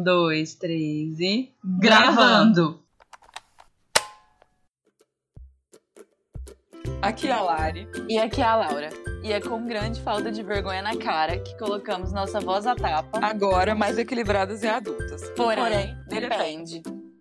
dois, três e... Gravando! Aqui é a Lari. E aqui é a Laura. E é com grande falta de vergonha na cara que colocamos nossa voz à tapa. Agora mais equilibradas e adultas. Porém, depende.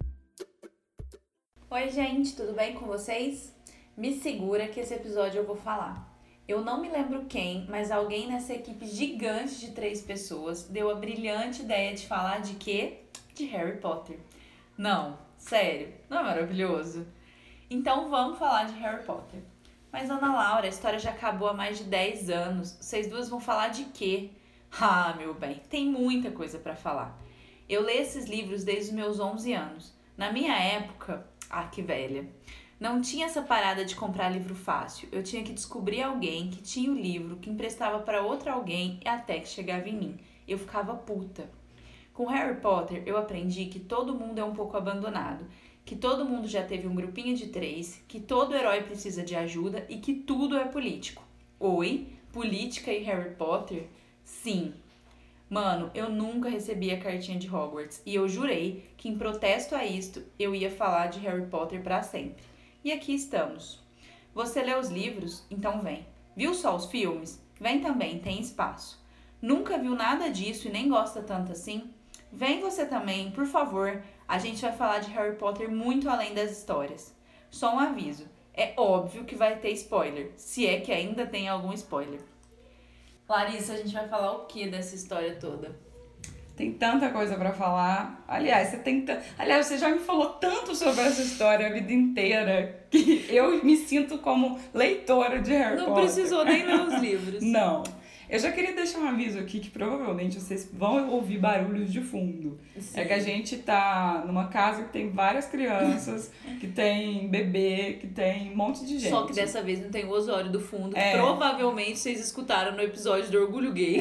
Oi, gente, tudo bem com vocês? Me segura que esse episódio eu vou falar. Eu não me lembro quem, mas alguém nessa equipe gigante de 3 pessoas deu a brilhante ideia de falar de quê? De Harry Potter. Não, sério, não é maravilhoso? Então vamos falar de Harry Potter. Mas, Ana Laura, a história já acabou há mais de 10 anos. Vocês duas vão falar de quê? Ah, meu bem, tem muita coisa pra falar. Eu leio esses livros desde os meus 11 anos. Na minha época, que velha, não tinha essa parada de comprar livro fácil. Eu tinha que descobrir alguém que tinha o livro, que emprestava pra outro alguém e até que chegava em mim. Eu ficava puta. Com Harry Potter, eu aprendi que todo mundo é um pouco abandonado, que todo mundo já teve um grupinho de 3, que todo herói precisa de ajuda e que tudo é político. Oi? Política e Harry Potter? Sim. Mano, eu nunca recebi a cartinha de Hogwarts e eu jurei que em protesto a isto eu ia falar de Harry Potter pra sempre. E aqui estamos. Você lê os livros? Então vem. Viu só os filmes? Vem também, tem espaço. Nunca viu nada disso e nem gosta tanto assim? Vem você também, por favor. A gente vai falar de Harry Potter muito além das histórias. Só um aviso, é óbvio que vai ter spoiler, se é que ainda tem algum spoiler. Larissa, a gente vai falar o que dessa história toda? Tem tanta coisa pra falar. Aliás, você já me falou tanto sobre essa história a vida inteira que eu me sinto como leitora de Harry Potter. Não precisou nem ler os livros. Não. Eu já queria deixar um aviso aqui que provavelmente vocês vão ouvir barulhos de fundo. Sim. É que a gente tá numa casa que tem várias crianças, que tem bebê, que tem um monte de gente. Só que dessa vez não tem o Osório do fundo, que provavelmente vocês escutaram no episódio do Orgulho Gay.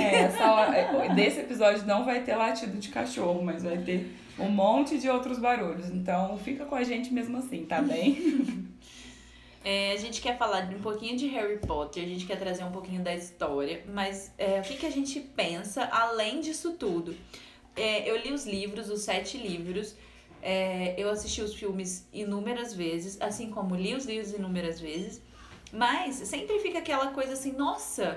Desse episódio não vai ter latido de cachorro, mas vai ter um monte de outros barulhos. Então fica com a gente mesmo assim, tá bem? A gente quer falar um pouquinho de Harry Potter, a gente quer trazer um pouquinho da história, mas o que a gente pensa além disso tudo? Eu li os livros, os 7 livros, eu assisti os filmes inúmeras vezes, assim como li os livros inúmeras vezes, mas sempre fica aquela coisa assim, nossa,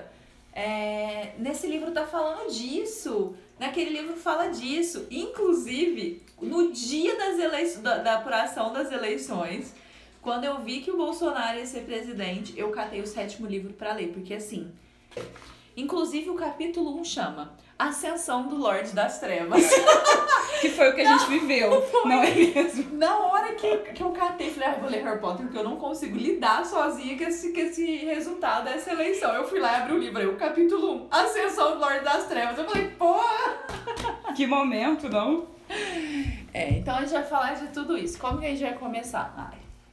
nesse livro tá falando disso, naquele livro fala disso. Inclusive, no dia da apuração das eleições, quando eu vi que o Bolsonaro ia ser presidente, eu catei o 7º livro pra ler, porque assim... Inclusive o capítulo 1 chama Ascensão do Lorde das Trevas. Que foi o que a gente viveu, não é mesmo? Na hora que eu catei, falei, vou ler Harry Potter, porque eu não consigo lidar sozinha com esse resultado dessa eleição. Eu fui lá e abri o livro, aí o capítulo 1, Ascensão do Lorde das Trevas. Eu falei, porra! Que momento, não? Então a gente vai falar de tudo isso. Como que a gente vai começar?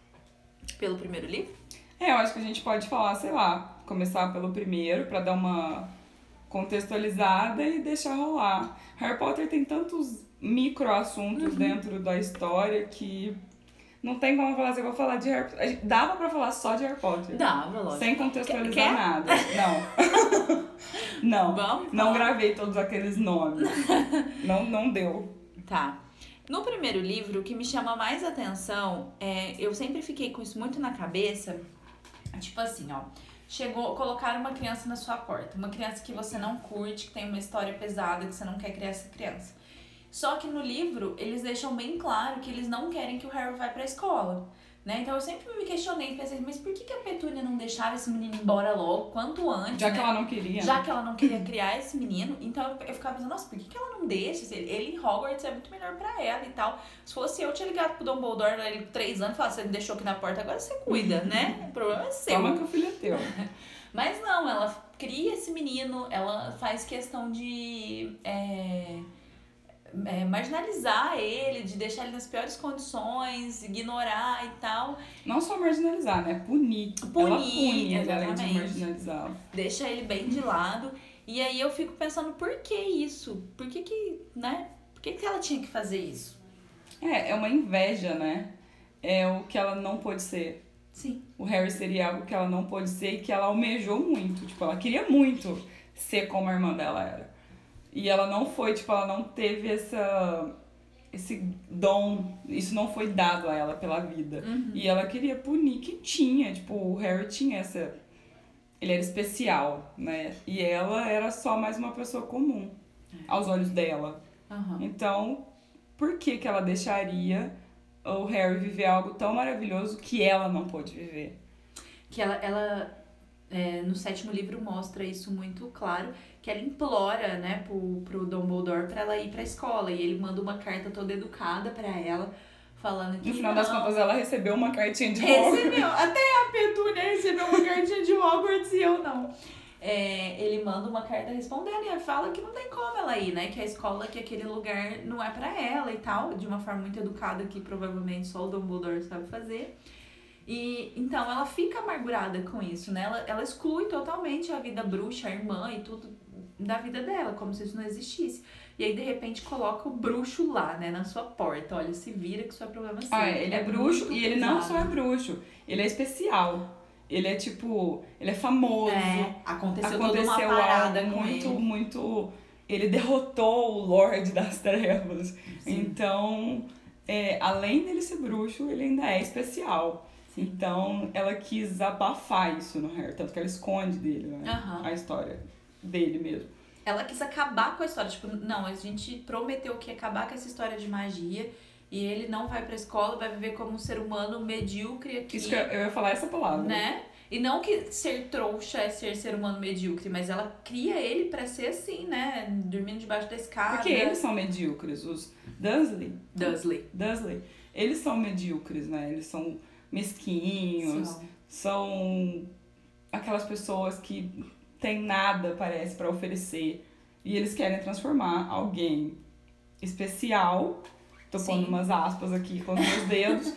Pelo primeiro livro? Eu acho que a gente pode falar, sei lá, começar pelo primeiro pra dar uma contextualizada e deixar rolar. Harry Potter tem tantos micro assuntos dentro da história que não tem como falar assim, eu vou falar de Harry Potter. Dava pra falar só de Harry Potter. Dava, lógico. Sem contextualizar nada. Não. Vamos não falar. Gravei todos aqueles nomes. Não deu. Tá. No primeiro livro, o que me chama mais atenção, eu sempre fiquei com isso muito na cabeça, tipo assim, colocaram uma criança na sua porta, uma criança que você não curte, que tem uma história pesada, que você não quer criar essa criança. Só que no livro, eles deixam bem claro que eles não querem que o Harry vá pra escola, né? Então eu sempre me questionei, pensei, mas por que a Petúnia não deixava esse menino embora logo, quanto antes, Já que ela não queria. Já que ela não queria criar esse menino, então eu ficava pensando, nossa, por que ela não deixa? Ele em Hogwarts é muito melhor pra ela e tal. Se fosse eu tinha ligado pro Dumbledore, ele 3 anos, e falado, você me deixou aqui na porta, agora você cuida, né? O problema é seu. Toma que o filho é teu. Mas não, ela cria esse menino, ela faz questão de marginalizar ele, de deixar ele nas piores condições, ignorar e tal. Não só marginalizar, né? Punir. Ela pune, além de marginalizar. Deixa ele bem de lado. E aí eu fico pensando, por que isso? Por que né? Por que ela tinha que fazer isso? É uma inveja, né? É o que ela não pôde ser. Sim. O Harry seria algo que ela não pôde ser e que ela almejou muito. Tipo, ela queria muito ser como a irmã dela era. E ela não foi, tipo, ela não teve esse dom, isso não foi dado a ela pela vida. E ela queria punir quem tinha, tipo, o Harry tinha essa... Ele era especial, né? E ela era só mais uma pessoa comum, aos olhos dela. Então, por que ela deixaria o Harry viver algo tão maravilhoso que ela não pôde viver? Que ela no 7º livro mostra isso muito claro, que ela implora, né, pro Dumbledore pra ela ir pra escola, e ele manda uma carta toda educada pra ela, falando que no final das contas ela recebeu uma cartinha de Hogwarts. Recebeu, até a Petúnia recebeu uma cartinha de Hogwarts e eu não. Ele manda uma carta respondendo e fala que não tem como ela ir, né, que a escola, que aquele lugar não é pra ela e tal, de uma forma muito educada que provavelmente só o Dumbledore sabe fazer. E então ela fica amargurada com isso, né? Ela exclui totalmente a vida bruxa, a irmã e tudo da vida dela, como se isso não existisse. E aí, de repente, coloca o bruxo lá, né, na sua porta. Olha, se vira que isso é problema seu. Ele é bruxo e ele não só é bruxo, ele é especial. Ele é tipo, ele é famoso. Aconteceu toda uma parada algo com muito, ele. muito... Ele derrotou o Lorde das Trevas. Sim. Então, além dele ser bruxo, ele ainda é especial. Então, ela quis abafar isso no Harry, tanto que ela esconde dele, né? A história dele mesmo. Ela quis acabar com a história, tipo, não, a gente prometeu que ia acabar com essa história de magia e ele não vai pra escola, vai viver como um ser humano medíocre aqui. Isso que eu ia falar essa palavra. Né? E não que ser trouxa é ser humano medíocre, mas ela cria ele pra ser assim, né? Dormindo debaixo da escada. Porque eles são medíocres, os Dursley. Eles são medíocres, né? Eles são mesquinhos, são aquelas pessoas que têm nada, parece, pra oferecer. E eles querem transformar alguém especial, tô pondo umas aspas aqui com os meus dedos,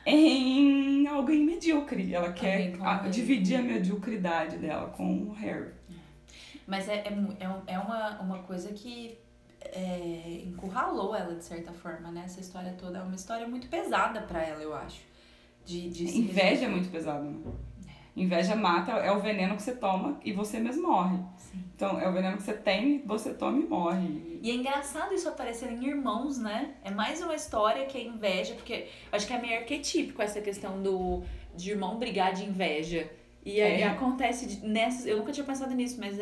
em alguém medíocre. Ela quer dividir a mediocridade dela com o Harry. Mas é uma coisa que encurralou ela, de certa forma, né? Essa história toda é uma história muito pesada pra ela, eu acho. Inveja é muito pesado, né? Inveja mata, é o veneno que você toma e você mesmo morre. Sim. Então, é o veneno que você tem, você toma e morre. E é engraçado isso aparecer em irmãos, né? É mais uma história que é inveja, porque eu acho que é meio arquetípico essa questão de irmão brigar de inveja. E aí acontece nessas... Eu nunca tinha pensado nisso, mas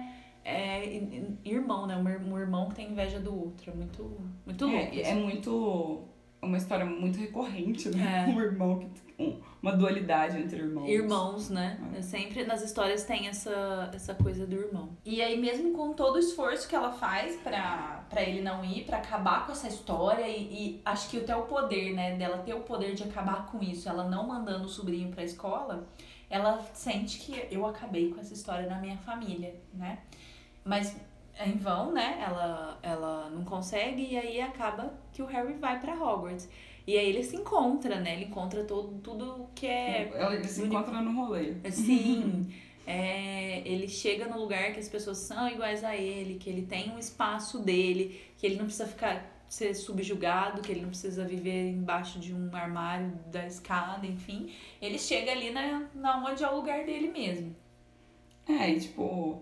irmão, né? Um irmão que tem inveja do outro. É muito louco. É muito... Uma história muito recorrente, né? Um irmão que... Uma dualidade entre irmãos. Irmãos, né? Sempre nas histórias tem essa coisa do irmão. E aí, mesmo com todo o esforço que ela faz pra ele não ir, pra acabar com essa história, e acho que até o poder, né? Dela ter o poder de acabar com isso, ela não mandando o sobrinho pra escola, ela sente que eu acabei com essa história na minha família, né? Mas em vão, né? Ela não consegue, e aí acaba que o Harry vai pra Hogwarts. E aí ele se encontra, né? Ele encontra tudo que é... Ele se encontra no rolê. Sim. Ele chega no lugar que as pessoas são iguais a ele, que ele tem um espaço dele, que ele não precisa ser subjugado, que ele não precisa viver embaixo de um armário da escada, enfim. Ele chega ali na onde é o lugar dele mesmo. E tipo...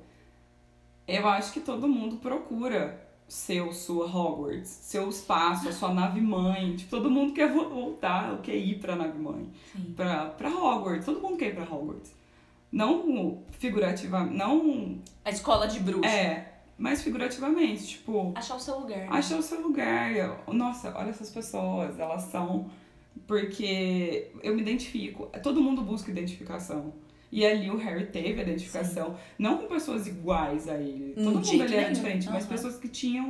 Eu acho que todo mundo procura sua Hogwarts, seu espaço, a sua nave-mãe. Tipo, todo mundo quer voltar, quer ir pra nave-mãe. Pra Hogwarts. Todo mundo quer ir pra Hogwarts. Não figurativamente, não... A escola de bruxa. Mas figurativamente, tipo... Achar o seu lugar. Né? Achar o seu lugar. Nossa, olha essas pessoas, elas são... Porque eu me identifico. Todo mundo busca identificação. E ali o Harry teve a identificação, Sim. Não com pessoas iguais a ele. Todo mundo ali era diferente, mas pessoas que tinham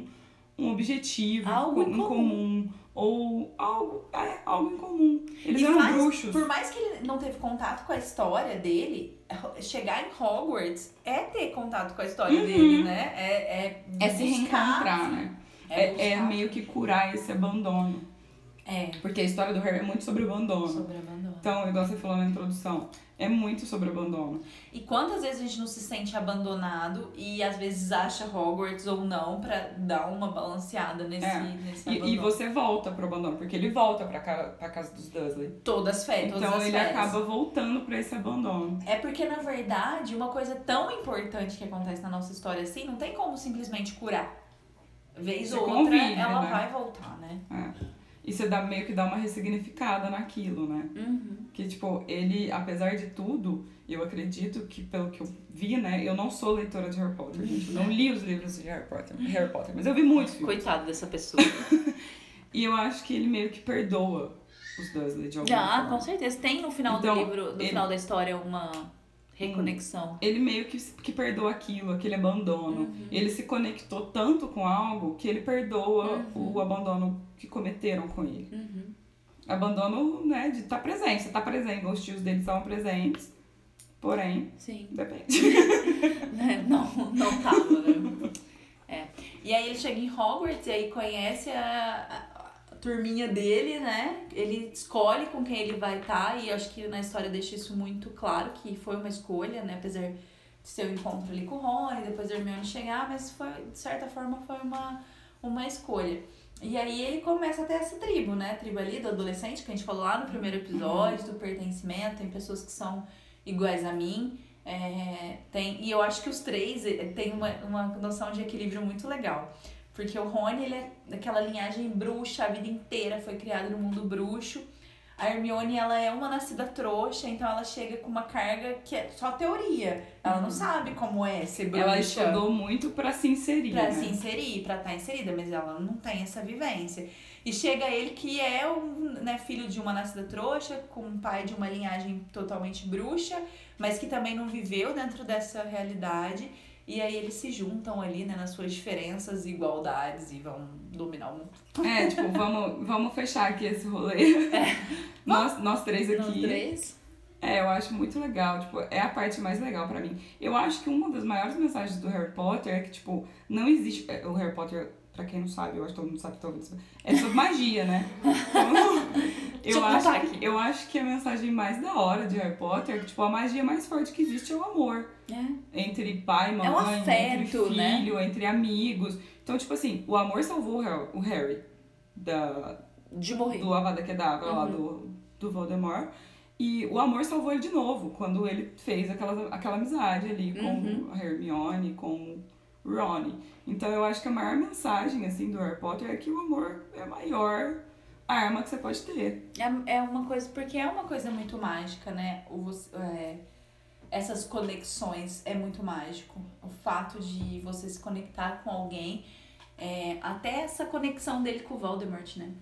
um objetivo algo em comum. Ou algo em comum. Eles eram bruxos. Por mais que ele não teve contato com a história dele, chegar em Hogwarts é ter contato com a história dele, né? É se reencontrar, né? É meio que curar esse abandono. Porque a história do Harry é muito sobre abandono. Então, igual você falou na introdução, é muito sobre abandono. E quantas vezes a gente não se sente abandonado e às vezes acha Hogwarts ou não pra dar uma balanceada nesse abandono. E você volta pro abandono, porque ele volta pra casa dos Dursley. Todas as férias. Então ele acaba voltando pra esse abandono. É porque, na verdade, uma coisa tão importante que acontece na nossa história assim, não tem como simplesmente curar. vez Você ou outra, convive, ela né? vai voltar, né? E você meio que dá uma ressignificada naquilo, né? Que, tipo, ele, apesar de tudo, eu acredito que, pelo que eu vi, né? Eu não sou leitora de Harry Potter, gente. Eu não li os livros de Harry Potter, mas eu vi muitos filmes. Coitado dessa pessoa. E eu acho que ele meio que perdoa os Dursley de alguma forma. Com certeza. Tem no final Então, do livro, no final da história, uma reconexão. Ele meio que perdoa aquilo, aquele abandono. Ele se conectou tanto com algo que ele perdoa o abandono que cometeram com ele. Abandono, né, de estar presente. Você tá presente, os tios dele estavam presentes, porém, Sim. depende. Não tava, né? E aí ele chega em Hogwarts e aí conhece a turminha dele, né? Ele escolhe com quem ele vai estar e eu acho que na história deixa isso muito claro, que foi uma escolha, né? Apesar de ser um encontro ali com o Rony, depois a Hermione chegar, mas foi, de certa forma foi uma escolha. E aí ele começa a ter essa tribo, né? A tribo ali do adolescente, que a gente falou lá no primeiro episódio, do pertencimento, tem pessoas que são iguais a mim. E eu acho que os três têm uma noção de equilíbrio muito legal. Porque o Rony, ele é daquela linhagem bruxa, a vida inteira foi criado no mundo bruxo. A Hermione, ela é uma nascida trouxa, então ela chega com uma carga que é só teoria. Ela não sabe como é ser bruxa. Ela estudou muito pra se inserir, Pra né? se inserir, pra estar inserida, mas ela não tem essa vivência. E chega ele que é filho de uma nascida trouxa, com um pai de uma linhagem totalmente bruxa, mas que também não viveu dentro dessa realidade. E aí eles se juntam ali, né, nas suas diferenças e igualdades e vão dominar o mundo. Tipo, vamos fechar aqui esse rolê. Nós três aqui. Nós três? Eu acho muito legal, tipo, é a parte mais legal pra mim. Eu acho que uma das maiores mensagens do Harry Potter é que, tipo, não existe... O Harry Potter, pra quem não sabe, eu acho que todo mundo sabe, talvez, é sobre magia, né? Então, eu acho que a mensagem mais da hora de Harry Potter é que, tipo, a magia mais forte que existe é o amor. Entre pai e mãe, um afeto, entre filho, né? entre amigos. Então, tipo assim, o amor salvou o Harry de morrer. do Avada Kedavra, lá do Voldemort. E o amor salvou ele de novo, quando ele fez aquela amizade ali com a Hermione, com o Ron. Então eu acho que a maior mensagem, assim, do Harry Potter é que o amor é a maior arma que você pode ter. É uma coisa, porque é uma coisa muito mágica, né? Essas conexões é muito mágico. O fato de você se conectar com alguém, até essa conexão dele com o Voldemort, né?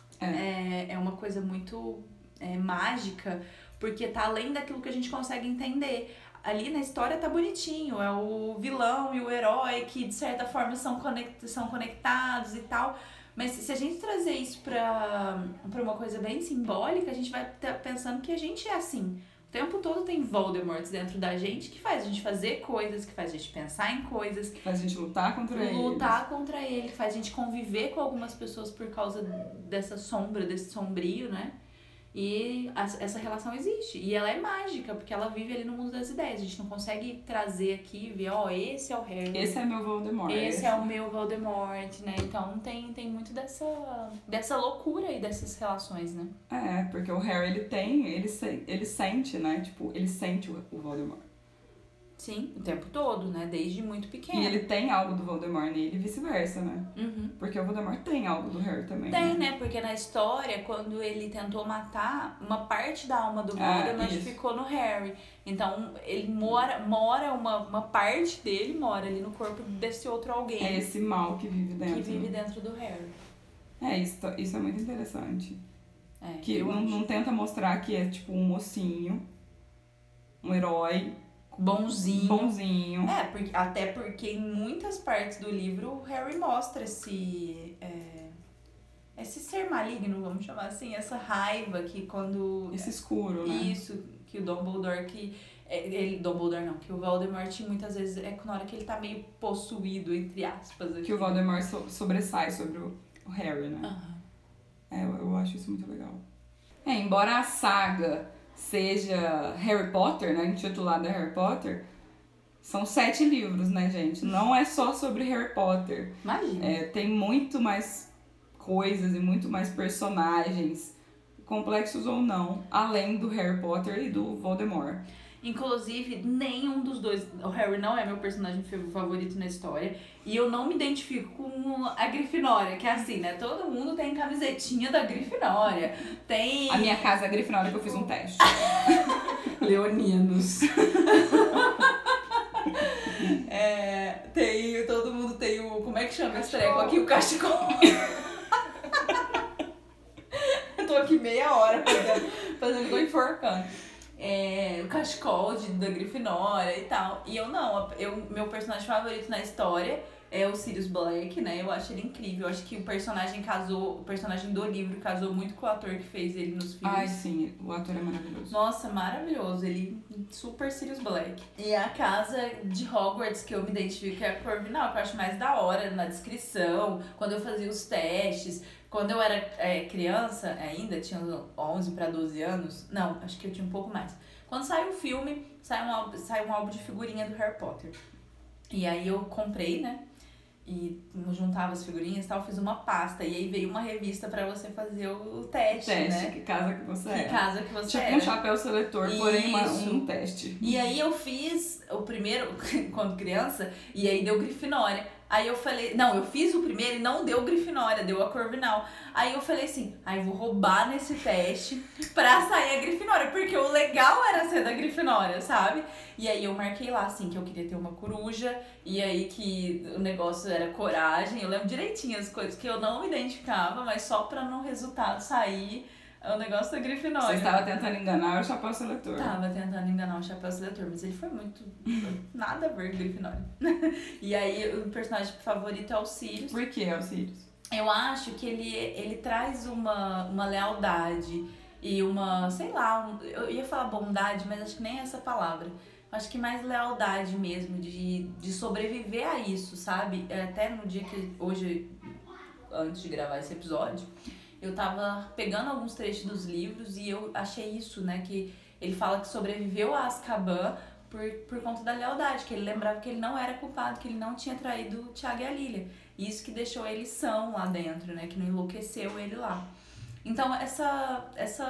É uma coisa muito mágica, porque tá além daquilo que a gente consegue entender. Ali na história tá bonitinho, é o vilão e o herói que de certa forma são conectados e tal, mas se a gente trazer isso pra uma coisa bem simbólica, a gente vai estar pensando que a gente é assim. O tempo todo tem Voldemort dentro da gente que faz a gente fazer coisas, que faz a gente pensar em coisas, Que faz a gente lutar contra ele. Que faz a gente conviver com algumas pessoas por causa dessa sombra, desse sombrio, né? E essa relação existe. E ela é mágica, porque ela vive ali no mundo das ideias. A gente não consegue trazer aqui e ver, esse é o Harry. Esse é meu Voldemort. Esse é o meu Voldemort, né? Então tem muito dessa loucura aí dessas relações, né? Porque o Harry, ele sente, né? Tipo, ele sente o Voldemort. Sim, o tempo todo, né? Desde muito pequeno. E ele tem algo do Voldemort nele e vice-versa, né? Porque o Voldemort tem algo do Harry também. Tem, né? Porque na história, quando ele tentou matar, uma parte da alma do Voldemort ficou no Harry. Então, ele mora uma parte dele mora ali no corpo desse outro alguém. É esse mal que vive dentro. Que vive dentro do Harry. Isso é muito interessante. Que eu não tenta mostrar que é tipo um mocinho, um herói bonzinho. Até porque em muitas partes do livro o Harry mostra esse ser maligno, vamos chamar assim, essa raiva que quando... Esse escuro, né? Isso, que o Dumbledore, Dumbledore não, que o Voldemort muitas vezes na hora que ele tá meio possuído, entre aspas. Aqui. Que o Voldemort sobressai sobre o Harry, né? Eu acho isso muito legal. Embora a saga seja Harry Potter, né, intitulada Harry Potter, são 7 livros, né, gente? Não é só sobre Harry Potter. Imagina. Tem muito mais coisas e muito mais personagens, complexos ou não, além do Harry Potter e do Voldemort. Inclusive, nenhum dos dois... O Harry não é meu personagem favorito na história. E eu não me identifico com a Grifinória, que é assim, né? Todo mundo tem camisetinha da Grifinória. Tem... A minha casa é a Grifinória, que eu fiz um teste. Leoninos. Todo mundo tem o... Como é que chama esse treco aqui? O cachecol. Eu tô aqui meia hora fazendo tô enforcando. O cachecol da Grifinória e tal. E eu não. Meu personagem favorito na história é o Sirius Black, né? Eu acho ele incrível. Eu acho que o personagem do livro casou muito com o ator que fez ele nos filmes. Ai, sim, o ator é maravilhoso. Nossa, maravilhoso. Ele super Sirius Black. E a casa de Hogwarts que eu me identifico é a Corvinal, que eu acho mais da hora na descrição, quando eu fazia os testes. Quando eu era criança, ainda tinha 11 para 12 anos, não, acho que eu tinha um pouco mais. Quando sai o filme, sai um álbum de figurinha do Harry Potter. E aí eu comprei, né? E juntava as figurinhas e tal, fiz uma pasta. E aí veio uma revista pra você fazer o teste, né? Que casa que você é. Que casa que você tipo era. Um chapéu seletor, porém um teste. E aí eu fiz o primeiro, quando criança, e aí deu Grifinória. Aí eu falei, não, eu fiz o primeiro e não deu Grifinória, deu a Corvinal. Aí eu falei assim, vou roubar nesse teste pra sair a Grifinória, porque o legal era ser da Grifinória, sabe? E aí eu marquei lá, assim, que eu queria ter uma coruja, e aí que o negócio era coragem. Eu lembro direitinho as coisas que eu não identificava, mas só pra no resultado sair o negócio da Grifinória. Você estava tentando enganar o chapéu seletor. Tava tentando enganar o chapéu seletor, mas ele foi muito... nada a ver com Grifinória. E aí o personagem favorito é o Sirius. Por que é o Sirius? Eu acho que ele traz uma lealdade e uma, sei lá, eu ia falar bondade, mas acho que nem é essa palavra. Acho que mais lealdade mesmo, de sobreviver a isso, sabe? Até no dia que, hoje, antes de gravar esse episódio, eu tava pegando alguns trechos dos livros e eu achei isso, né? Que ele fala que sobreviveu a Azkaban por conta da lealdade, que ele lembrava que ele não era culpado, que ele não tinha traído o Tiago e a Lilia. Isso que deixou ele são lá dentro, né? Que não enlouqueceu ele lá. Então, essa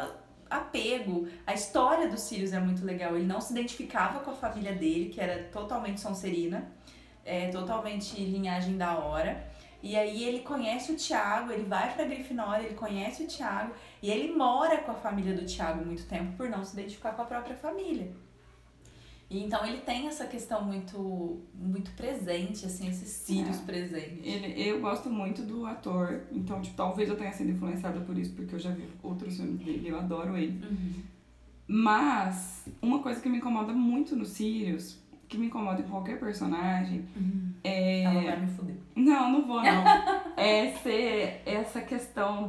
apego, a história do Sirius é muito legal. Ele não se identificava com a família dele, que era totalmente Sonserina, totalmente linhagem da hora. E aí ele conhece o Tiago, ele vai pra Grifinória, ele conhece o Tiago e ele mora com a família do Tiago muito tempo por não se identificar com a própria família. E então ele tem essa questão muito, muito presente, assim, esse Sirius presente. Eu gosto muito do ator, então tipo, talvez eu tenha sido influenciada por isso, porque eu já vi outros filmes dele, eu adoro ele. Uhum. Mas uma coisa que me incomoda muito no Sirius, que me incomoda em qualquer personagem, Ela vai me fuder. Não vou não. É ser essa questão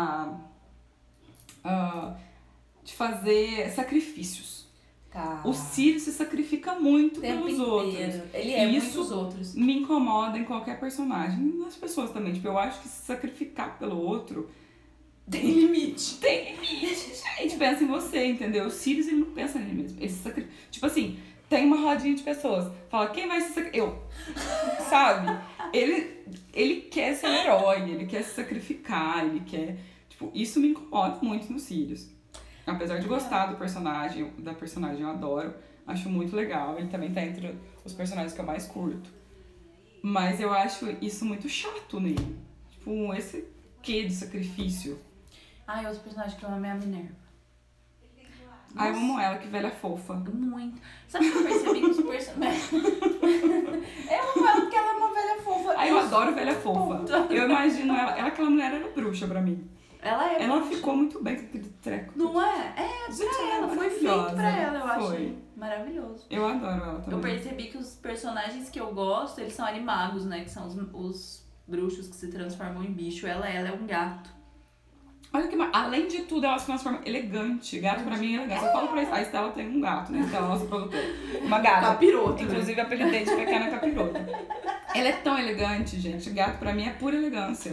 de fazer sacrifícios. Tá. O Sirius se sacrifica muito pelos outros. Ele é isso muitos outros. Me incomoda em qualquer personagem. E nas pessoas também. Tipo, eu acho que se sacrificar pelo outro tem limite. Tem limite. Gente, pensa em você, entendeu? O Sirius, ele não pensa nele mesmo. Ele se sacrifica. Tipo assim, tem uma rodinha de pessoas. Fala, quem vai se sacrificar? Eu. Sabe? Ele quer ser um herói, ele quer se sacrificar, ele quer... Tipo, isso me incomoda muito no Sirius. Apesar de gostar da personagem, eu adoro. Acho muito legal. Ele também tá entre os personagens que eu mais curto. Mas eu acho isso muito chato nele. Tipo, esse quê de sacrifício. Outro personagem que eu amo é a Minerva. Eu amo ela, que velha fofa. Muito. Sabe o que eu percebi que os personagens... Eu amo ela porque ela é uma velha fofa. Eu adoro velha fofa. Eu imagino ela, aquela mulher era bruxa pra mim. Ela ficou muito bem com aquele treco. Não é? Pra ela. Foi feito pra ela, eu acho. Foi. Maravilhoso. Eu adoro ela também. Eu percebi que os personagens que eu gosto, eles são animagos, né? Que são os bruxos que se transformam em bicho. Ela é um gato. Olha que além de tudo, ela se transforma elegante. Gato pra mim é elegante. Eu falo pra isso. A Estela tem um gato, né? Estela é a nossa produtora. Uma gata. Capiroto. Inclusive, apelidei de pequena capirota. Ela é tão elegante, gente. Gato pra mim é pura elegância.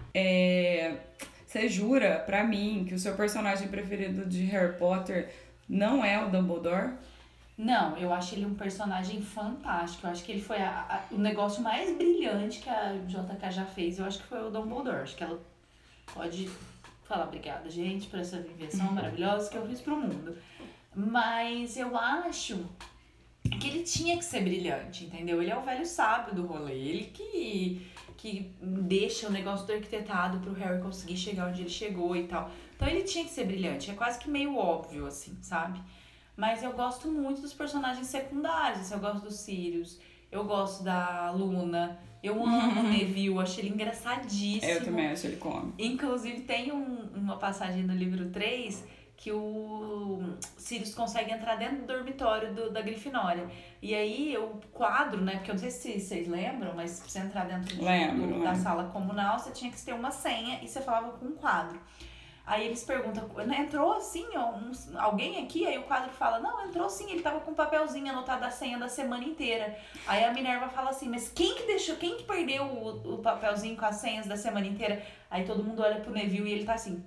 Você jura pra mim que o seu personagem preferido de Harry Potter não é o Dumbledore? Não, eu acho ele um personagem fantástico. Eu acho que ele foi o negócio mais brilhante que a JK já fez. Eu acho que foi o Dumbledore. Acho que ela pode falar obrigada, gente, por essa invenção maravilhosa que eu fiz pro mundo. Mas eu acho que ele tinha que ser brilhante, entendeu? Ele é o velho sábio do rolê. Ele que deixa o negócio do arquitetado pro Harry conseguir chegar onde ele chegou e tal. Então ele tinha que ser brilhante. É quase que meio óbvio, assim, sabe? Mas eu gosto muito dos personagens secundários. Assim, eu gosto do Sirius, eu gosto da Luna, eu amo o Neville, acho ele engraçadíssimo. Eu também acho ele cômico. Inclusive tem uma passagem no livro 3 que o Sirius consegue entrar dentro do dormitório da Grifinória. E aí o quadro, né, porque eu não sei se vocês lembram, mas pra você entrar dentro da sala comunal, você tinha que ter uma senha e você falava com um quadro. Aí eles perguntam, entrou assim, alguém aqui? Aí o quadro fala, não, entrou sim, ele tava com um papelzinho anotado a senha da semana inteira. Aí a Minerva fala assim, mas quem que perdeu o papelzinho com as senhas da semana inteira? Aí todo mundo olha pro Neville e ele tá assim.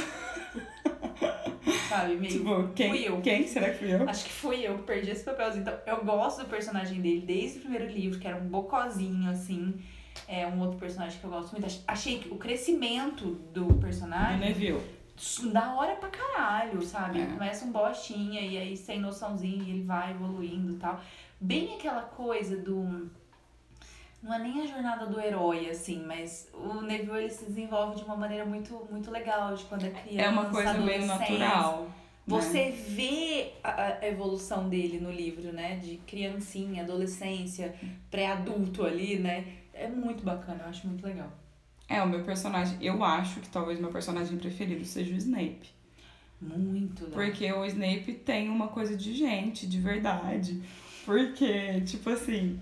Sabe, meio, Tipo, fui eu. Quem? Será que fui eu? Acho que fui eu que perdi esse papelzinho. Então, eu gosto do personagem dele desde o primeiro livro, que era um bocozinho, assim. É um outro personagem que eu gosto muito. Achei que o crescimento do personagem... Do Neville. Da hora pra caralho, sabe? É. Começa um bostinha e aí sem noçãozinho e ele vai evoluindo e tal. Bem aquela coisa do... Não é nem a jornada do herói, assim, mas o Neville ele se desenvolve de uma maneira muito, muito legal, de quando é criança, É uma coisa meio natural. Você vê a evolução dele no livro, né? De criancinha, adolescência, pré-adulto ali, né? É muito bacana, eu acho muito legal. É, o meu personagem... Eu acho que talvez meu personagem preferido seja o Snape. Muito legal. Porque o Snape tem uma coisa de gente, de verdade. Porque, tipo assim...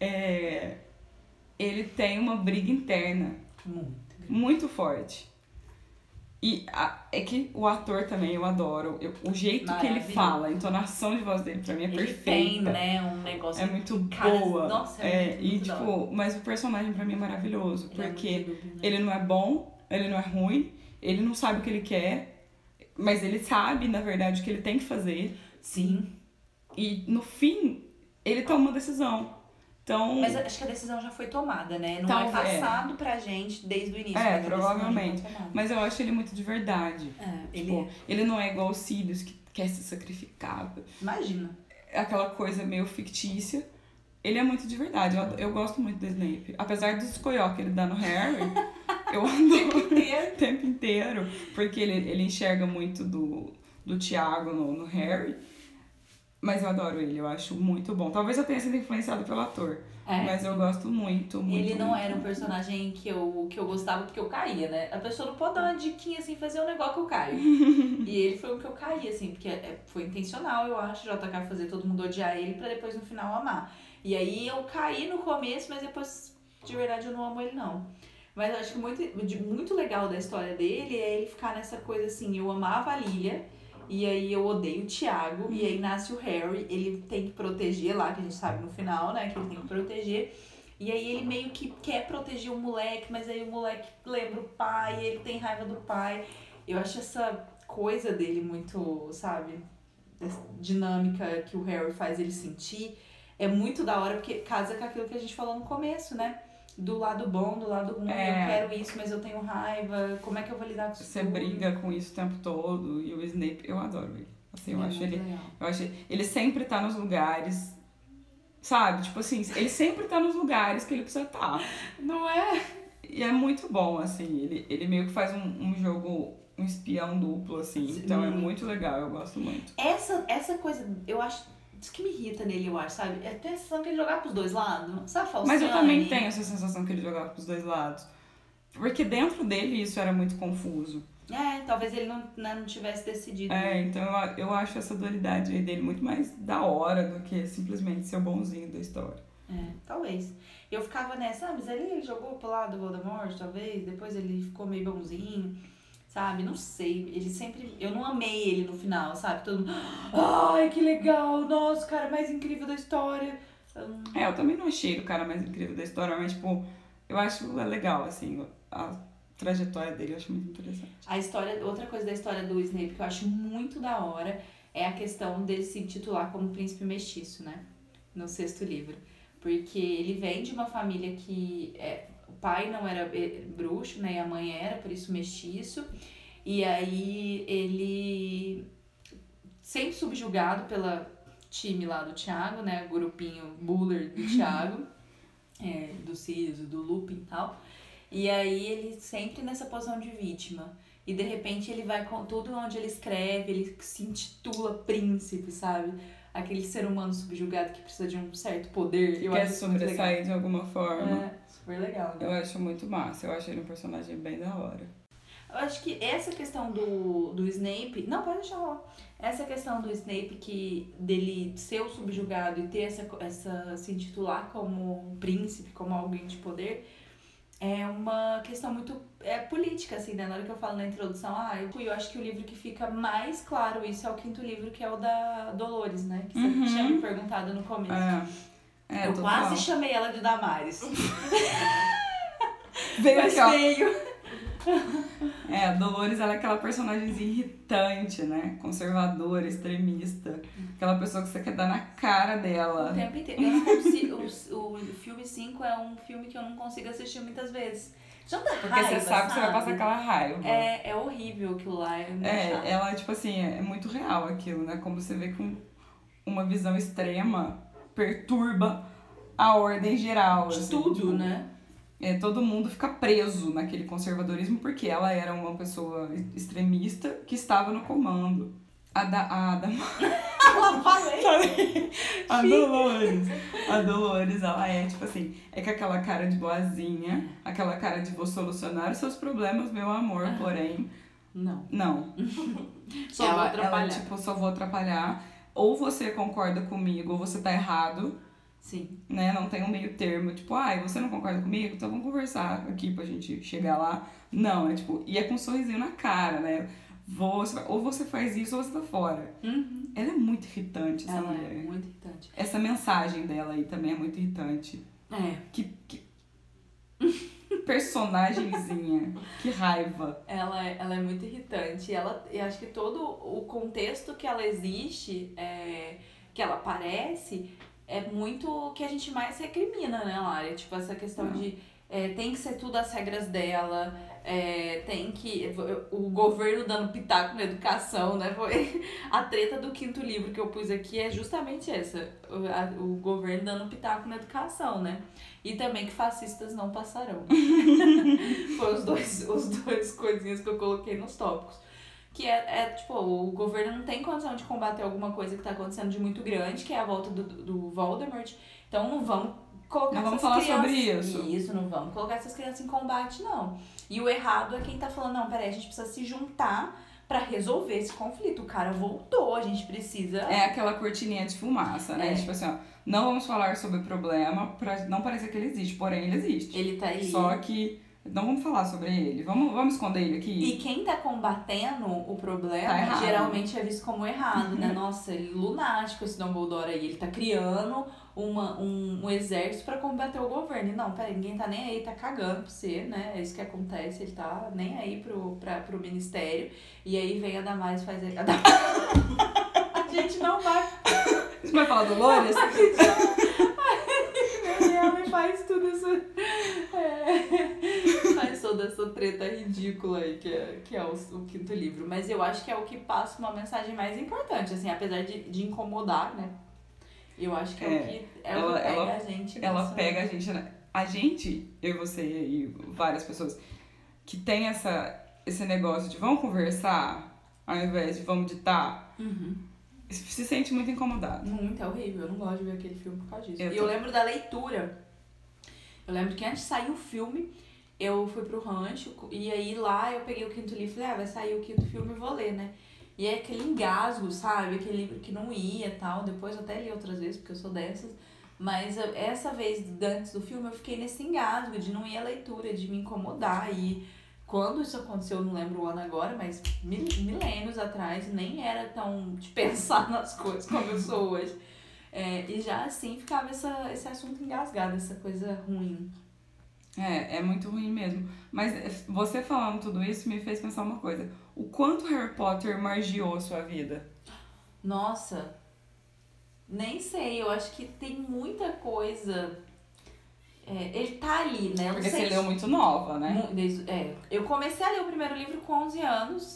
Ele tem uma briga interna muito forte. E é que o ator também eu adoro. O jeito que ele fala, a entonação de voz dele pra mim é perfeita. Tem, né, um negócio... É muito cara, boa. Nossa, mas o personagem pra mim é maravilhoso. Porque né? ele não é bom, ele não é ruim, ele não sabe o que ele quer, mas ele sabe, na verdade, o que ele tem que fazer. Sim. E no fim, ele toma uma decisão. Então, mas acho que a decisão já foi tomada, né? Não Talvez, é passado pra gente desde o início. Mas provavelmente. Mas eu acho ele muito de verdade. Ele... ele não é igual o Sirius, que quer se sacrificar. Imagina. Aquela coisa meio fictícia. Ele é muito de verdade. Eu gosto muito do Snape. Apesar dos coió que ele dá no Harry, eu adoro o tempo inteiro. Porque ele enxerga muito do Tiago no Harry. Mas eu adoro ele, eu acho muito bom. Talvez eu tenha sido influenciada pelo ator. Mas eu gosto muito, muito. Ele não muito. era um personagem que eu gostava porque eu caía, né? A pessoa não pode dar uma diquinha assim, fazer um negócio que eu caio. E ele foi o que eu caí, assim, porque foi intencional, eu acho, JK fazer todo mundo odiar ele pra depois no final amar. E aí eu caí no começo, mas depois, de verdade, eu não amo ele, não. Mas eu acho que muito legal da história dele é ele ficar nessa coisa assim, eu amava a Lilia. E aí eu odeio o Tiago, e aí nasce o Harry, ele tem que proteger lá, que a gente sabe no final, né, que ele tem que proteger. E aí ele meio que quer proteger o moleque, mas aí o moleque lembra o pai, e ele tem raiva do pai. Eu acho essa coisa dele muito, sabe, essa dinâmica que o Harry faz ele sentir, é muito da hora, porque casa com aquilo que a gente falou no começo, né? Do lado bom, do lado ruim, eu quero isso, mas eu tenho raiva, como é que eu vou lidar com isso? Você briga com isso o tempo todo, e o Snape, eu adoro ele. Assim, eu acho ele sempre tá nos lugares, sabe? Tipo assim, ele sempre tá nos lugares que ele precisa estar. Não é? E é muito bom, assim, ele meio que faz um jogo, um espião duplo, assim, então é muito legal, eu gosto muito. Essa coisa, eu acho... Isso que me irrita nele, eu acho, sabe? É a sensação que ele jogava pros dois lados. Sabe, Falciane? Mas eu também tenho essa sensação que ele jogava pros dois lados. Porque dentro dele isso era muito confuso. Talvez ele não tivesse decidido. Então eu acho essa dualidade aí dele muito mais da hora do que simplesmente ser o bonzinho da história. Talvez. Eu ficava nessa, mas ali ele jogou pro lado do Voldemort, talvez. Depois ele ficou meio bonzinho. Sabe, não sei, ele sempre... Eu não amei ele no final, sabe? Todo mundo... Ai, que legal! Nossa, o cara mais incrível da história. Eu também não achei o cara mais incrível da história, mas, tipo, eu acho legal, assim, a trajetória dele, eu acho muito interessante. Outra coisa da história do Snape que eu acho muito da hora é a questão dele se intitular como príncipe mestiço, né? No 6º livro. Porque ele vem de uma família que... O pai não era bruxo, né? E a mãe era, por isso mestiço. E aí ele sempre subjugado pela time lá do Thiago, né? O grupinho Buller do Thiago, do Sirius, do Lupin e tal. E aí ele sempre nessa posição de vítima. E de repente ele vai com tudo onde ele escreve, ele se intitula príncipe, sabe? Aquele ser humano subjugado que precisa de um certo poder. Que quer sobressair de alguma forma. Super legal, né? Eu acho muito massa, eu acho ele um personagem bem da hora. Eu acho que essa questão do Snape... Não, pode deixar rolar. Essa questão do Snape, dele ser o subjugado e ter se intitular como um príncipe, como alguém de poder, é uma questão muito política, assim, né? Na hora que eu falo na introdução, eu acho que o livro que fica mais claro isso é o 5º livro, que é o da Dolores, né? Que você tinha me perguntado no começo. Eu quase chamei ela de Damares. Mas aqui, veio. A Dolores, ela é aquela personagem irritante, né? Conservadora, extremista. Aquela pessoa que você quer dar na cara dela. O tempo inteiro. O filme 5 é um filme que eu não consigo assistir muitas vezes. Porque você sabe que você vai passar aquela raiva. É horrível aquilo lá. Ela, tipo assim, é muito real aquilo, né? Como você vê com uma visão extrema, perturba a ordem geral. De assim, tudo, tipo, né? Todo mundo fica preso naquele conservadorismo porque ela era uma pessoa extremista que estava no comando. A Dolores, ela é tipo assim, com aquela cara de boazinha, aquela cara de vou solucionar os seus problemas, meu amor, porém... Não. Só vou atrapalhar. Ela, tipo, só vou atrapalhar. Ou você concorda comigo, ou você tá errado. Sim. Né? Não tem um meio termo, tipo, você não concorda comigo? Então vamos conversar aqui pra gente chegar lá. Não, é tipo, e é com um sorrisinho na cara, né? Ou você faz isso ou você tá fora. Uhum. Ela é muito irritante, essa Ela mulher. é muito irritante. Essa mensagem dela aí também é muito irritante. Que personagemzinha. Que raiva. Ela é muito irritante. E acho que todo o contexto que ela existe, que ela aparece, é muito o que a gente mais recrimina, né, Lara? Tipo, essa questão de tem que ser tudo as regras dela, tem que... O governo dando pitaco na educação, né? A treta do 5º livro que eu pus aqui é justamente essa. O governo dando pitaco na educação, né? E também que fascistas não passarão. Foi os dois coisinhas que eu coloquei nos tópicos. Que tipo, o governo não tem condição de combater alguma coisa que tá acontecendo de muito grande, que é a volta do Voldemort. Então não vamos colocar não vamos essas falar crianças... sobre isso. Isso, não vamos colocar essas crianças em combate, não. E o errado é quem tá falando, não, peraí, a gente precisa se juntar pra resolver esse conflito. O cara voltou, a gente precisa... É aquela cortininha de fumaça, né? Tipo assim, não vamos falar sobre o problema pra não parecer que ele existe, porém ele existe. Ele tá ali. Só que não vamos falar sobre ele, vamos esconder ele aqui. E quem tá combatendo o problema, tá geralmente é visto como errado, né? Nossa, ele lunático esse Dumbledore aí, ele tá criando um exército pra combater o governo. E não, peraí, ninguém tá nem aí, tá cagando pra você, né? É isso que acontece, ele tá nem aí pro ministério. E aí vem a Damares e faz... A gente não vai... Você vai falar do Dolores? Ela me faz tudo isso. Faz toda essa treta ridícula aí que é o 5º livro. Mas eu acho que é o que passa uma mensagem mais importante, assim, apesar de incomodar, né? Eu acho que é o que pega a gente. Ela pega a gente, né? A gente, eu e você e várias pessoas, que tem esse negócio de vamos conversar ao invés de vamos ditar. Se sente muito incomodado. Muito, é horrível. Eu não gosto de ver aquele filme por causa disso. Eu lembro da leitura. Eu lembro que antes de sair o filme, eu fui pro rancho e aí lá eu peguei o 5º livro e falei, vai sair o 5º filme e vou ler, né? E é aquele engasgo, sabe? Aquele livro que não ia e tal. Depois eu até li outras vezes, porque eu sou dessas. Mas essa vez, antes do filme, eu fiquei nesse engasgo de não ir à leitura, de me incomodar. E quando isso aconteceu, eu não lembro o ano agora, mas milênios atrás, nem era tão de pensar nas coisas como eu sou hoje. E já assim ficava esse assunto engasgado, essa coisa ruim. É muito ruim mesmo. Mas você falando tudo isso me fez pensar uma coisa. O quanto Harry Potter margiou a sua vida? Nossa, nem sei. Eu acho que tem muita coisa... ele tá ali, né? Eu Porque não sei você leu muito nova, né? Eu comecei a ler o primeiro livro com 11 anos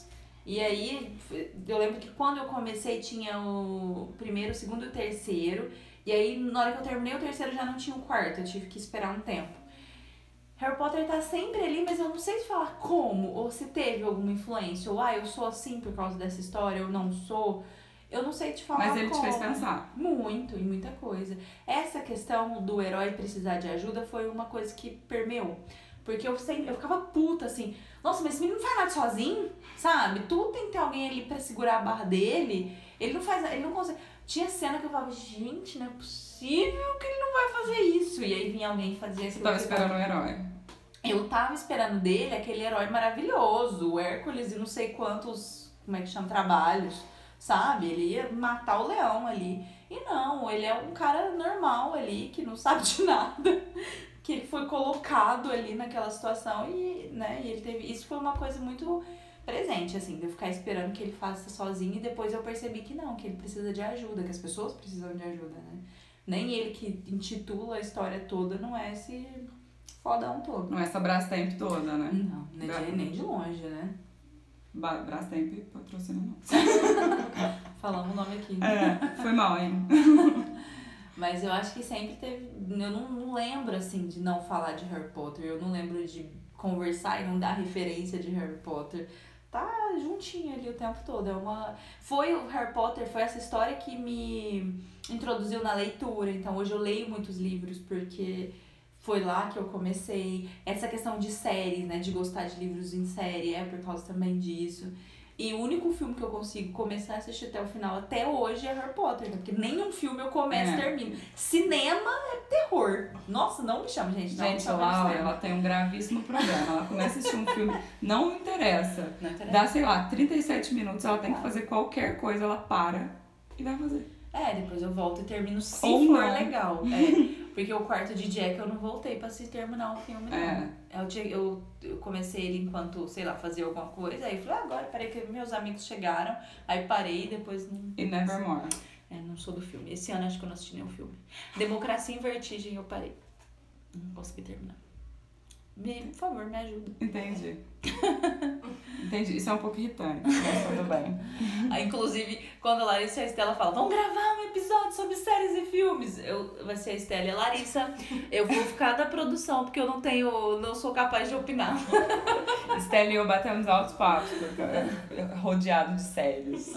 E aí, eu lembro que quando eu comecei tinha o primeiro, o segundo e o terceiro. E aí, na hora que eu terminei o terceiro, já não tinha o quarto. Eu tive que esperar um tempo. Harry Potter tá sempre ali, mas eu não sei te falar como. Ou se teve alguma influência. Ou, eu sou assim por causa dessa história, eu não sou. Eu não sei te falar como. Mas ele te fez pensar. Muito, e muita coisa. Essa questão do herói precisar de ajuda foi uma coisa que permeou. Porque eu ficava puta, assim, nossa, mas esse menino não faz nada sozinho, sabe? Tudo tem que ter alguém ali pra segurar a barra dele. Ele não consegue. Tinha cena que eu falava, gente, não é possível que ele não vai fazer isso. E aí vinha alguém fazer Você tava esperando um herói. Eu tava esperando dele aquele herói maravilhoso, o Hércules e não sei quantos, como é que chama, trabalhos, sabe? Ele ia matar o leão ali. E não, ele é um cara normal ali, que não sabe de nada. Que ele foi colocado ali naquela situação e, né, e ele teve... Isso foi uma coisa muito presente, assim, de eu ficar esperando que ele faça sozinho e depois eu percebi que não, que ele precisa de ajuda, que as pessoas precisam de ajuda, né? Nem ele que intitula a história toda não é esse fodão todo. Não é essa Brastemp toda, né? Não, nem de longe, né? Brastemp patrocina não. Falamos o nome aqui. Foi mal, hein? Mas eu acho que sempre teve... Eu não lembro, assim, de não falar de Harry Potter. Eu não lembro de conversar e não dar referência de Harry Potter. Tá juntinho ali o tempo todo. Foi o Harry Potter, foi essa história que me introduziu na leitura. Então hoje eu leio muitos livros porque foi lá que eu comecei. Essa questão de séries, né? De gostar de livros em série é por causa também disso. E o único filme que eu consigo começar a assistir até o final, até hoje, é Harry Potter. Porque nenhum filme eu começo e termino. Cinema é terror. Nossa, não me chama, gente. Gente, a Laura, ela tem um gravíssimo problema. Ela começa a assistir um filme, não interessa. Dá, sei lá, 37 minutos, ela tem que fazer qualquer coisa, ela para e vai fazer. Depois eu volto e termino se Ou for não. legal. Porque o quarto de Jack eu não voltei pra se terminar o filme, não. Eu comecei ele enquanto, sei lá, fazia alguma coisa. Aí falei, agora, peraí que meus amigos chegaram. Aí parei e depois não... E Nevermore. Não sou do filme. Esse ano acho que eu não assisti nenhum filme. Democracia em Vertigem eu parei. Não consegui terminar. Por favor, me ajuda. Entendi. Isso é um pouco irritante, mas tudo bem. Aí, inclusive, quando a Larissa e a Estela falam, vamos gravar um episódio sobre séries e filmes, vai ser a Estela e a Larissa. Eu vou ficar da produção, porque eu não sou capaz de opinar. Estela e eu batemos altos papos, porque rodeado de séries.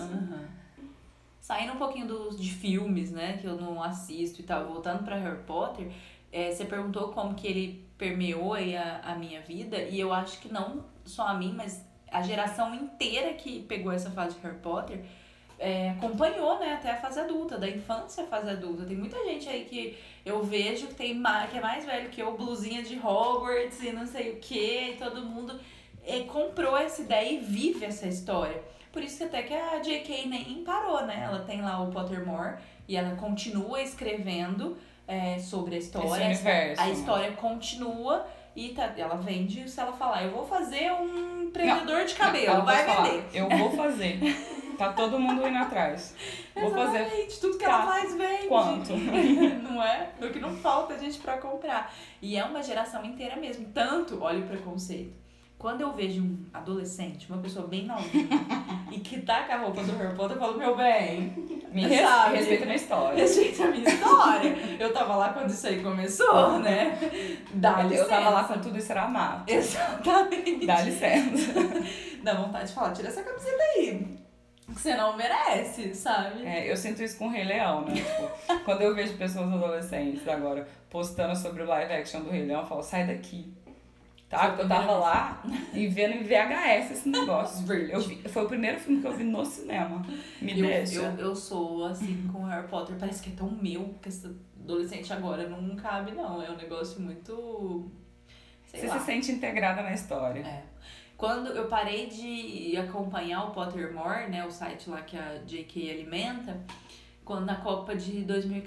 Saindo um pouquinho de filmes, né, que eu não assisto e tal, voltando pra Harry Potter, você perguntou como que ele permeou aí a minha vida, e eu acho que não só a mim, mas a geração inteira que pegou essa fase de Harry Potter acompanhou, né, até a fase adulta, da infância à fase adulta. Tem muita gente aí que eu vejo que é mais velho que eu, blusinha de Hogwarts e não sei o que, e todo mundo comprou essa ideia e vive essa história. Por isso que até que a J.K. nem parou, né, ela tem lá o Pottermore e ela continua escrevendo sobre a história. Esse universo, a história continua e ela vende, se ela falar, eu vou fazer um prendedor de cabelo, vai vender. Eu vou fazer. Tá todo mundo indo atrás. Vou fazer. Tudo que ela faz vende. Quanto? Não é? O que não falta gente pra comprar. E é uma geração inteira mesmo. Tanto, olha o preconceito. Quando eu vejo um adolescente, uma pessoa bem novinha, e que tá com a roupa do Harry Potter, eu falo, meu bem, respeita a minha história. Respeita a minha história. Eu tava lá quando isso aí começou, né? Dá licença. Eu tava lá quando tudo isso era mato. Exatamente. Dá licença. Dá vontade de falar, tira essa camiseta aí. Que você não merece, sabe? Eu sinto isso com o Rei Leão, né? Tipo, quando eu vejo pessoas adolescentes agora postando sobre o live action do Rei Leão, eu falo, sai daqui. Tá? Eu tava lá e vendo em VHS esse negócio. Foi o primeiro filme que eu vi no cinema. Deixa. Eu sou assim com Harry Potter, parece que é tão meu que esse adolescente agora não cabe, não. É um negócio muito. Sei lá. Se sente integrada na história. Quando eu parei de acompanhar o Pottermore, né, o site lá que a J.K. alimenta, quando na Copa de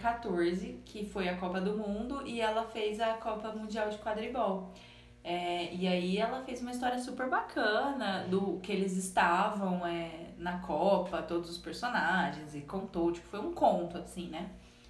2014, que foi a Copa do Mundo, e ela fez a Copa Mundial de Quadribol. E aí ela fez uma história super bacana do que eles estavam na Copa, todos os personagens, e contou, tipo, foi um conto, assim, né?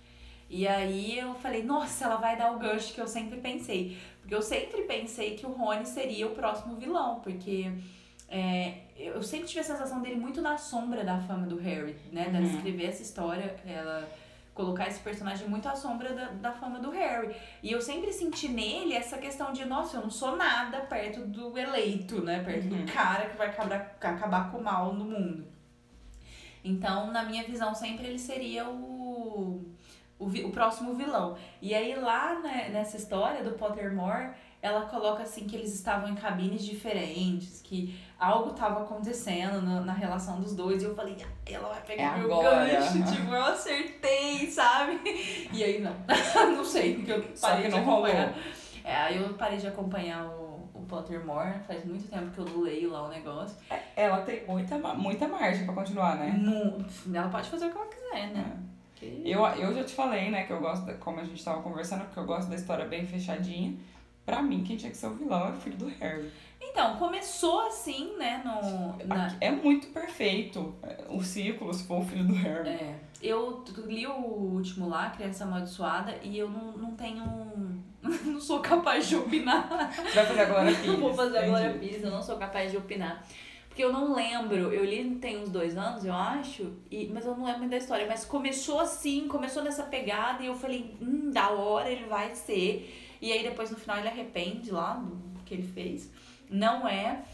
E aí eu falei, nossa, ela vai dar o gancho que eu sempre pensei. Porque eu sempre pensei que o Rony seria o próximo vilão, porque Eu sempre tive a sensação dele muito na sombra da fama do Harry, né? Dela escrever essa história, ela colocar esse personagem muito à sombra da fama do Harry. E eu sempre senti nele essa questão de, nossa, eu não sou nada perto do eleito, né? Perto do cara que vai acabar com o mal no mundo. Então, na minha visão, sempre ele seria o próximo vilão. E aí, lá, né, nessa história do Pottermore, ela coloca assim que eles estavam em cabines diferentes, que algo estava acontecendo na relação dos dois. E eu falei, ela vai pegar meu gancho, tipo, eu acertei, sabe? E aí, não. Não sei, porque eu parei de acompanhar. Aí eu parei de acompanhar o Pottermore, faz muito tempo que eu não leio lá o negócio. Ela tem muita margem pra continuar, né? Ela pode fazer o que ela quiser, né? Eu já te falei, né, que eu gosto, como a gente tava conversando, que eu gosto da história bem fechadinha. Pra mim, quem tinha que ser o vilão é o filho do Harry. Então, começou assim, né, É muito perfeito o ciclo, se for o filho do Harry. Eu li o último lá, Criança Amaldiçoada, e eu não tenho... não sou capaz de opinar. Você vai fazer a Glória Pires. Eu vou fazer a Glória Pires, eu não sou capaz de opinar. Porque eu não lembro, eu li tem uns 2 anos, eu acho, mas eu não lembro da história. Mas começou assim, começou nessa pegada, e eu falei, da hora ele vai ser... E aí depois no final ele arrepende lá do que ele fez. Não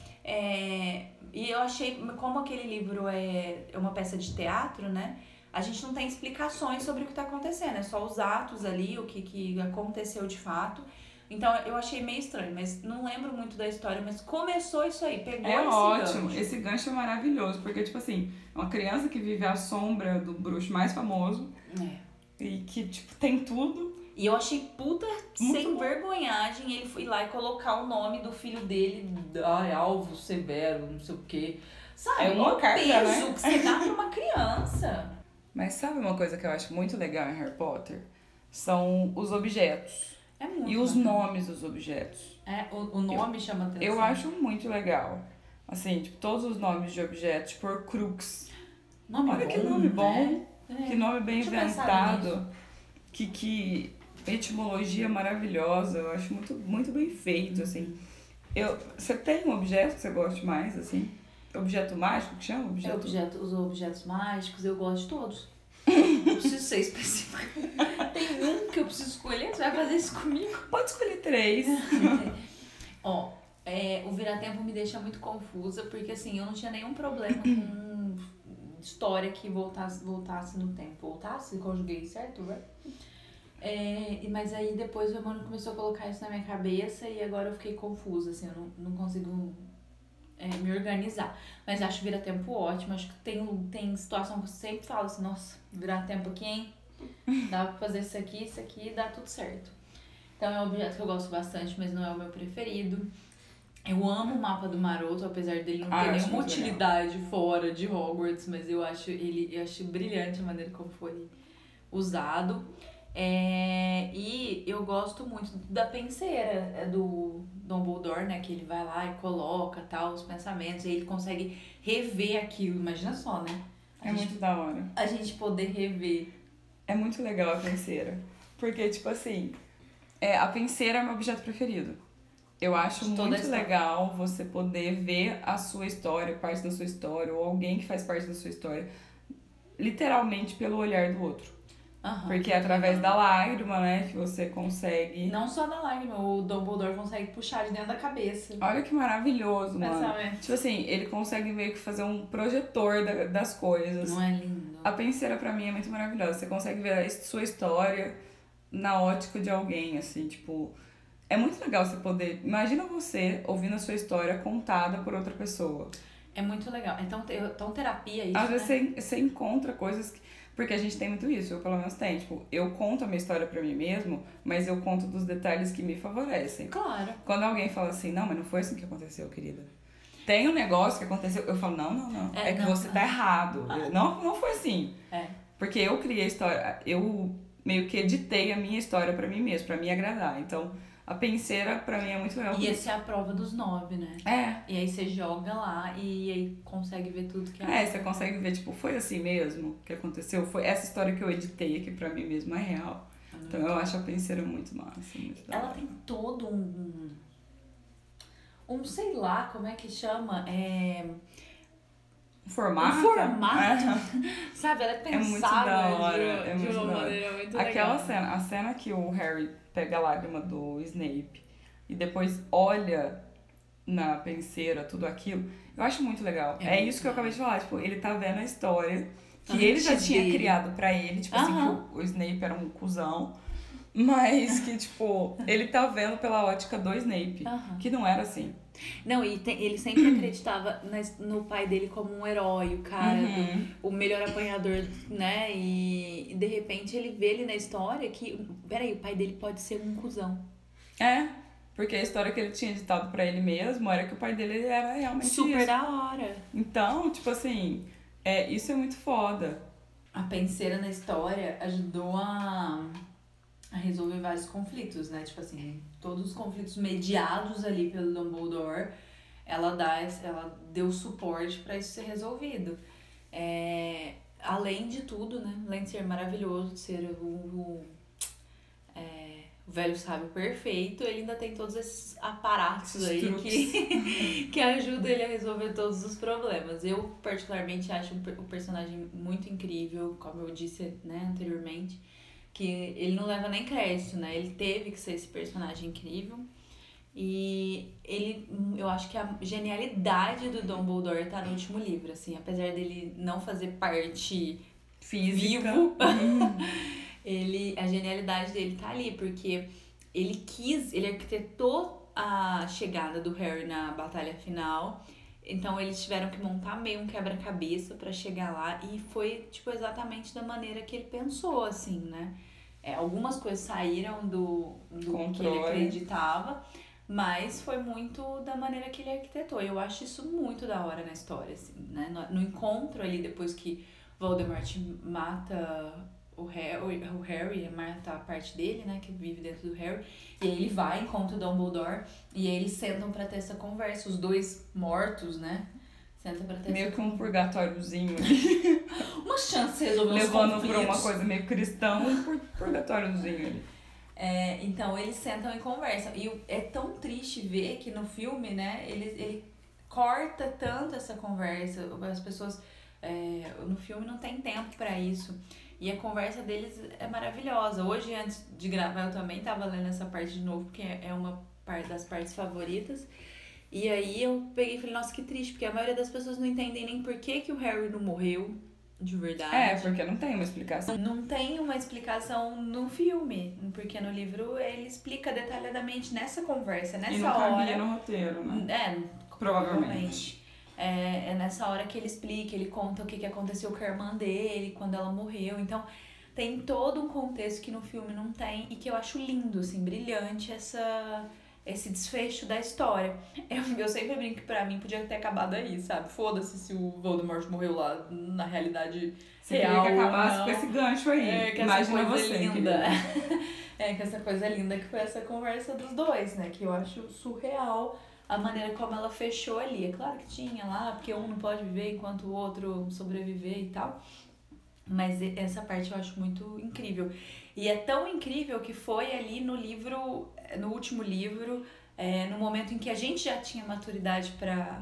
e eu achei, como aquele livro é uma peça de teatro, né? A gente não tem explicações sobre o que tá acontecendo. É só os atos ali, o que aconteceu de fato. Então eu achei meio estranho, mas não lembro muito da história. Mas começou isso aí, pegou esse ótimo, gancho. Esse gancho é maravilhoso. Porque, tipo assim, é uma criança que vive à sombra do bruxo mais famoso. E que, tipo, tem tudo. E eu achei muito sem vergonhagem ele foi lá e colocar o nome do filho dele, Alvo Severo, não sei o quê. Sabe? É uma carga, peso né? que você dá pra uma criança. Mas sabe uma coisa que eu acho muito legal em Harry Potter? São os objetos. É muito E os bacana. nomes dos objetos. O nome chama atenção. Eu acho muito legal. Assim, tipo, todos os nomes de objetos, tipo Horcrux. Olha que nome bom. Né? Que nome bem Tinha pensado inventado. Que etimologia maravilhosa. Eu acho muito, muito bem feito, assim. Você tem um objeto que você goste mais, assim? Objeto mágico que chama? Os objetos mágicos, eu gosto de todos. Não preciso ser específico. Tem um que eu preciso escolher, você vai fazer isso comigo? Pode escolher 3. O Vira-Tempo me deixa muito confusa, porque assim, eu não tinha nenhum problema com história que voltasse no tempo. Voltasse? Conjuguei certo, né? Mas aí depois o Emmanuel começou a colocar isso na minha cabeça e agora eu fiquei confusa, assim, eu não consigo me organizar. Mas acho Vira-Tempo ótimo, acho que tem situação que eu sempre falo assim, nossa, Vira-Tempo aqui, hein? Dá pra fazer isso aqui, dá tudo certo. Então é um objeto que eu gosto bastante, mas não é o meu preferido. Eu amo o Mapa do Maroto, apesar dele não ter nenhuma utilidade fora de Hogwarts, mas eu acho brilhante a maneira como foi usado. E eu gosto muito da penseira do Dumbledore, né? Que ele vai lá e coloca os pensamentos, e ele consegue rever aquilo. Imagina só, né? Muito da hora. A gente poder rever. É muito legal a penseira. Porque, tipo assim, a penseira é meu objeto preferido. Eu acho muito legal você poder ver a sua história, parte da sua história, ou alguém que faz parte da sua história, literalmente pelo olhar do outro. Porque é através da lágrima, né, que você consegue... Não só da lágrima, o Dumbledore consegue puxar de dentro da cabeça. Olha que maravilhoso, mano. Pensamento. Tipo assim, ele consegue meio que fazer um projetor das coisas. Não é lindo? A penseira pra mim é muito maravilhosa. Você consegue ver a sua história na ótica de alguém, assim, tipo... É muito legal você poder... Imagina você ouvindo a sua história contada por outra pessoa. É muito legal. Então terapia isso, às vezes você encontra coisas... Porque a gente tem muito isso, eu pelo menos tenho. Tipo, eu conto a minha história pra mim mesmo, mas eu conto dos detalhes que me favorecem. Claro. Quando alguém fala assim, não, mas não foi assim que aconteceu, querida. Tem um negócio que aconteceu, eu falo, não. É que você tá errado. Não foi assim. Porque eu criei a história, eu meio que editei a minha história pra mim mesmo, pra me agradar. Então... A penseira, pra mim, é muito legal. E essa é a prova dos 9, né? E aí você joga lá e aí consegue ver tudo que você consegue ver, tipo, foi assim mesmo que aconteceu? Foi essa história que eu editei aqui pra mim mesmo, é real. Então eu acho a penseira muito massa. Muito ela tem todo sei lá, como é que chama? Formato. Um formato. Sabe, ela é pensada muito da hora, de é muito uma da hora. maneira muito Aquela legal. a cena que o Harry pega a lágrima do Snape e depois olha na penseira, tudo aquilo, eu acho muito legal. É isso que eu acabei de falar, tipo, ele tá vendo a história que Antes ele já tinha dele. criado pra ele, tipo assim, que o Snape era um cuzão, mas que, tipo, ele tá vendo pela ótica do Snape, que não era assim. Não, e ele sempre acreditava no pai dele como um herói, o cara, o melhor apanhador, né? E de repente ele vê ele na história que, peraí, o pai dele pode ser um cuzão. Porque a história que ele tinha ditado pra ele mesmo era que o pai dele era realmente super isso. da hora. Então, tipo assim, isso é muito foda. A penseira na história ajudou a resolver vários conflitos, né? Tipo assim, todos os conflitos mediados ali pelo Dumbledore, ela deu suporte pra isso ser resolvido. Além de tudo, né? Além de ser maravilhoso, de ser o velho sábio perfeito, ele ainda tem todos esses aparatos aí que ajudam ele a resolver todos os problemas. Eu, particularmente, acho o personagem muito incrível, como eu disse, né, anteriormente, que ele não leva nem crédito, né? Ele teve que ser esse personagem incrível. E eu acho que a genialidade do Dumbledore tá no último livro, assim, apesar dele não fazer parte física. Vivo, a genialidade dele tá ali, porque ele arquitetou a chegada do Harry na batalha final, então eles tiveram que montar meio um quebra-cabeça pra chegar lá, e foi, tipo, exatamente da maneira que ele pensou, assim, né? Algumas coisas saíram do que ele acreditava, mas foi muito da maneira que ele arquitetou. Eu acho isso muito da hora na história, assim, né? No encontro ali, depois que Voldemort mata o Harry mata a parte dele, né, que vive dentro do Harry, e aí ele vai, encontra o Dumbledore, e aí eles sentam pra ter essa conversa, os dois mortos, né, sentam pra ter meio que um purgatóriozinho uma chance de resolver os levando conflitos. pra uma coisa meio cristã, um purgatóriozinho ali. Então eles sentam e conversam, e é tão triste ver que no filme, né, ele corta tanto essa conversa, as pessoas no filme não tem tempo pra isso. E a conversa deles é maravilhosa. Hoje, antes de gravar, eu também tava lendo essa parte de novo, porque é uma das partes favoritas. E aí eu peguei e falei, nossa, que triste, porque a maioria das pessoas não entendem nem por que o Harry não morreu de verdade. Porque não tem uma explicação. Não tem uma explicação no filme, porque no livro ele explica detalhadamente nessa conversa, nessa hora. E não cabia no roteiro, né? Provavelmente. É nessa hora que ele explica, ele conta o que aconteceu com a irmã dele quando ela morreu. Então, tem todo um contexto que no filme não tem e que eu acho lindo, assim, brilhante esse desfecho da história. Eu sempre brinco que pra mim podia ter acabado aí, sabe? Foda-se se o Voldemort morreu lá na realidade real. Queria que acabasse com esse gancho aí. Imagina você, linda. Com essa coisa linda que foi essa conversa dos dois, né? Que eu acho surreal a maneira como ela fechou ali. É claro que tinha lá, porque um não pode viver enquanto o outro sobreviver e tal. Mas essa parte eu acho muito incrível. E é tão incrível que foi ali no livro, no último livro, no momento em que a gente já tinha maturidade pra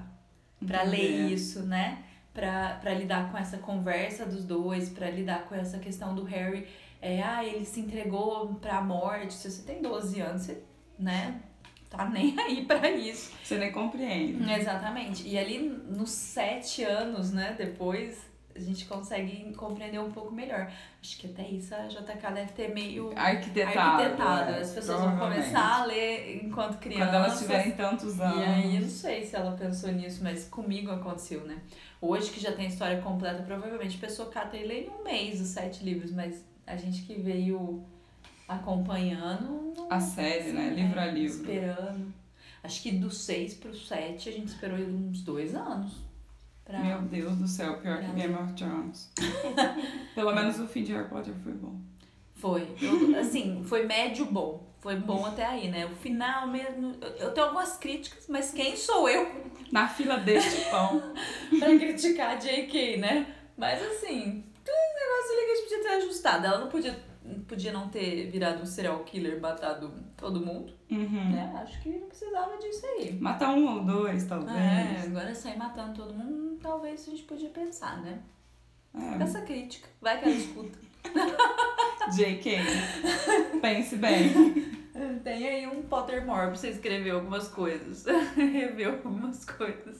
ler isso, né? Pra lidar com essa conversa dos dois, pra lidar com essa questão do Harry. Ele se entregou pra morte. Se você tem 12 anos, você, né? Tá nem aí pra isso. Você nem compreende. Exatamente. E ali nos 7 anos, né, depois, a gente consegue compreender um pouco melhor. Acho que até isso a JK deve ter meio arquitetado. As pessoas vão começar a ler enquanto crianças. Quando elas tiverem tantos anos. E aí, eu não sei se ela pensou nisso, mas comigo aconteceu, né? Hoje que já tem a história completa, provavelmente a pessoa cata e lê em um mês os 7 livros, mas a gente que veio acompanhando a série, né? Livro a livro. Esperando. Acho que do 6 pro 7 a gente esperou uns 2 anos. Meu Deus do céu, pior que Game of Thrones. Pelo menos o fim de Harry Potter foi bom. Foi. Assim, foi médio bom. Foi bom até aí, né? O final mesmo... Eu tenho algumas críticas, mas quem sou eu? Na fila deste pão. Pra criticar a J.K., né? Mas assim, tem um negócio ali que a gente podia ter ajustado. Ela não podia podia não ter virado um serial killer, matado todo mundo, né? Acho que não precisava disso aí. Matar um ou dois, talvez. Agora sair matando todo mundo, talvez a gente podia pensar, né? É. Essa crítica, vai que ela escuta. JK, pense bem. Tem aí um Pottermore pra você escrever algumas coisas, rever algumas coisas.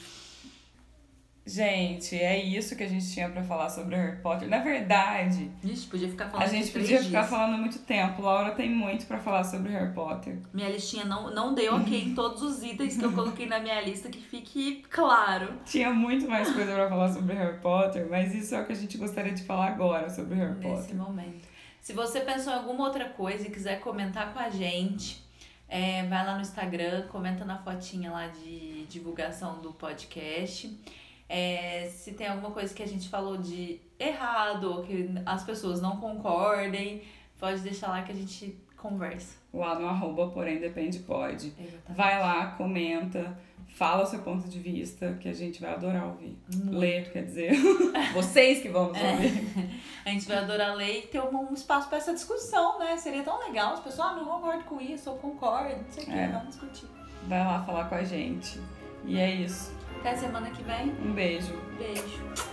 Gente, é isso que a gente tinha pra falar sobre Harry Potter. Na verdade, A gente podia ficar falando a gente de 3 podia dias. ficar falando muito tempo. Laura tem muito pra falar sobre Harry Potter. Minha listinha não deu ok em todos os itens que eu coloquei na minha lista, que fique claro. Tinha muito mais coisa pra falar sobre Harry Potter, mas isso é o que a gente gostaria de falar agora sobre Harry Nesse Potter. momento. Se você pensou em alguma outra coisa e quiser comentar com a gente, vai lá no Instagram, comenta na fotinha lá de divulgação do podcast. Se tem alguma coisa que a gente falou de errado ou que as pessoas não concordem, pode deixar lá que a gente conversa. Lá no @poremdependepod. Exatamente. Vai lá, comenta, fala o seu ponto de vista, que a gente vai adorar ouvir. Muito. Ler, quer dizer, vocês que vão nos ouvir. A gente vai adorar ler e ter um espaço para essa discussão, né? Seria tão legal. As pessoas, não concordo com isso, eu concordo, não sei o que, vamos discutir. Vai lá falar com a gente. E é isso. Até semana que vem. Um beijo. Beijo.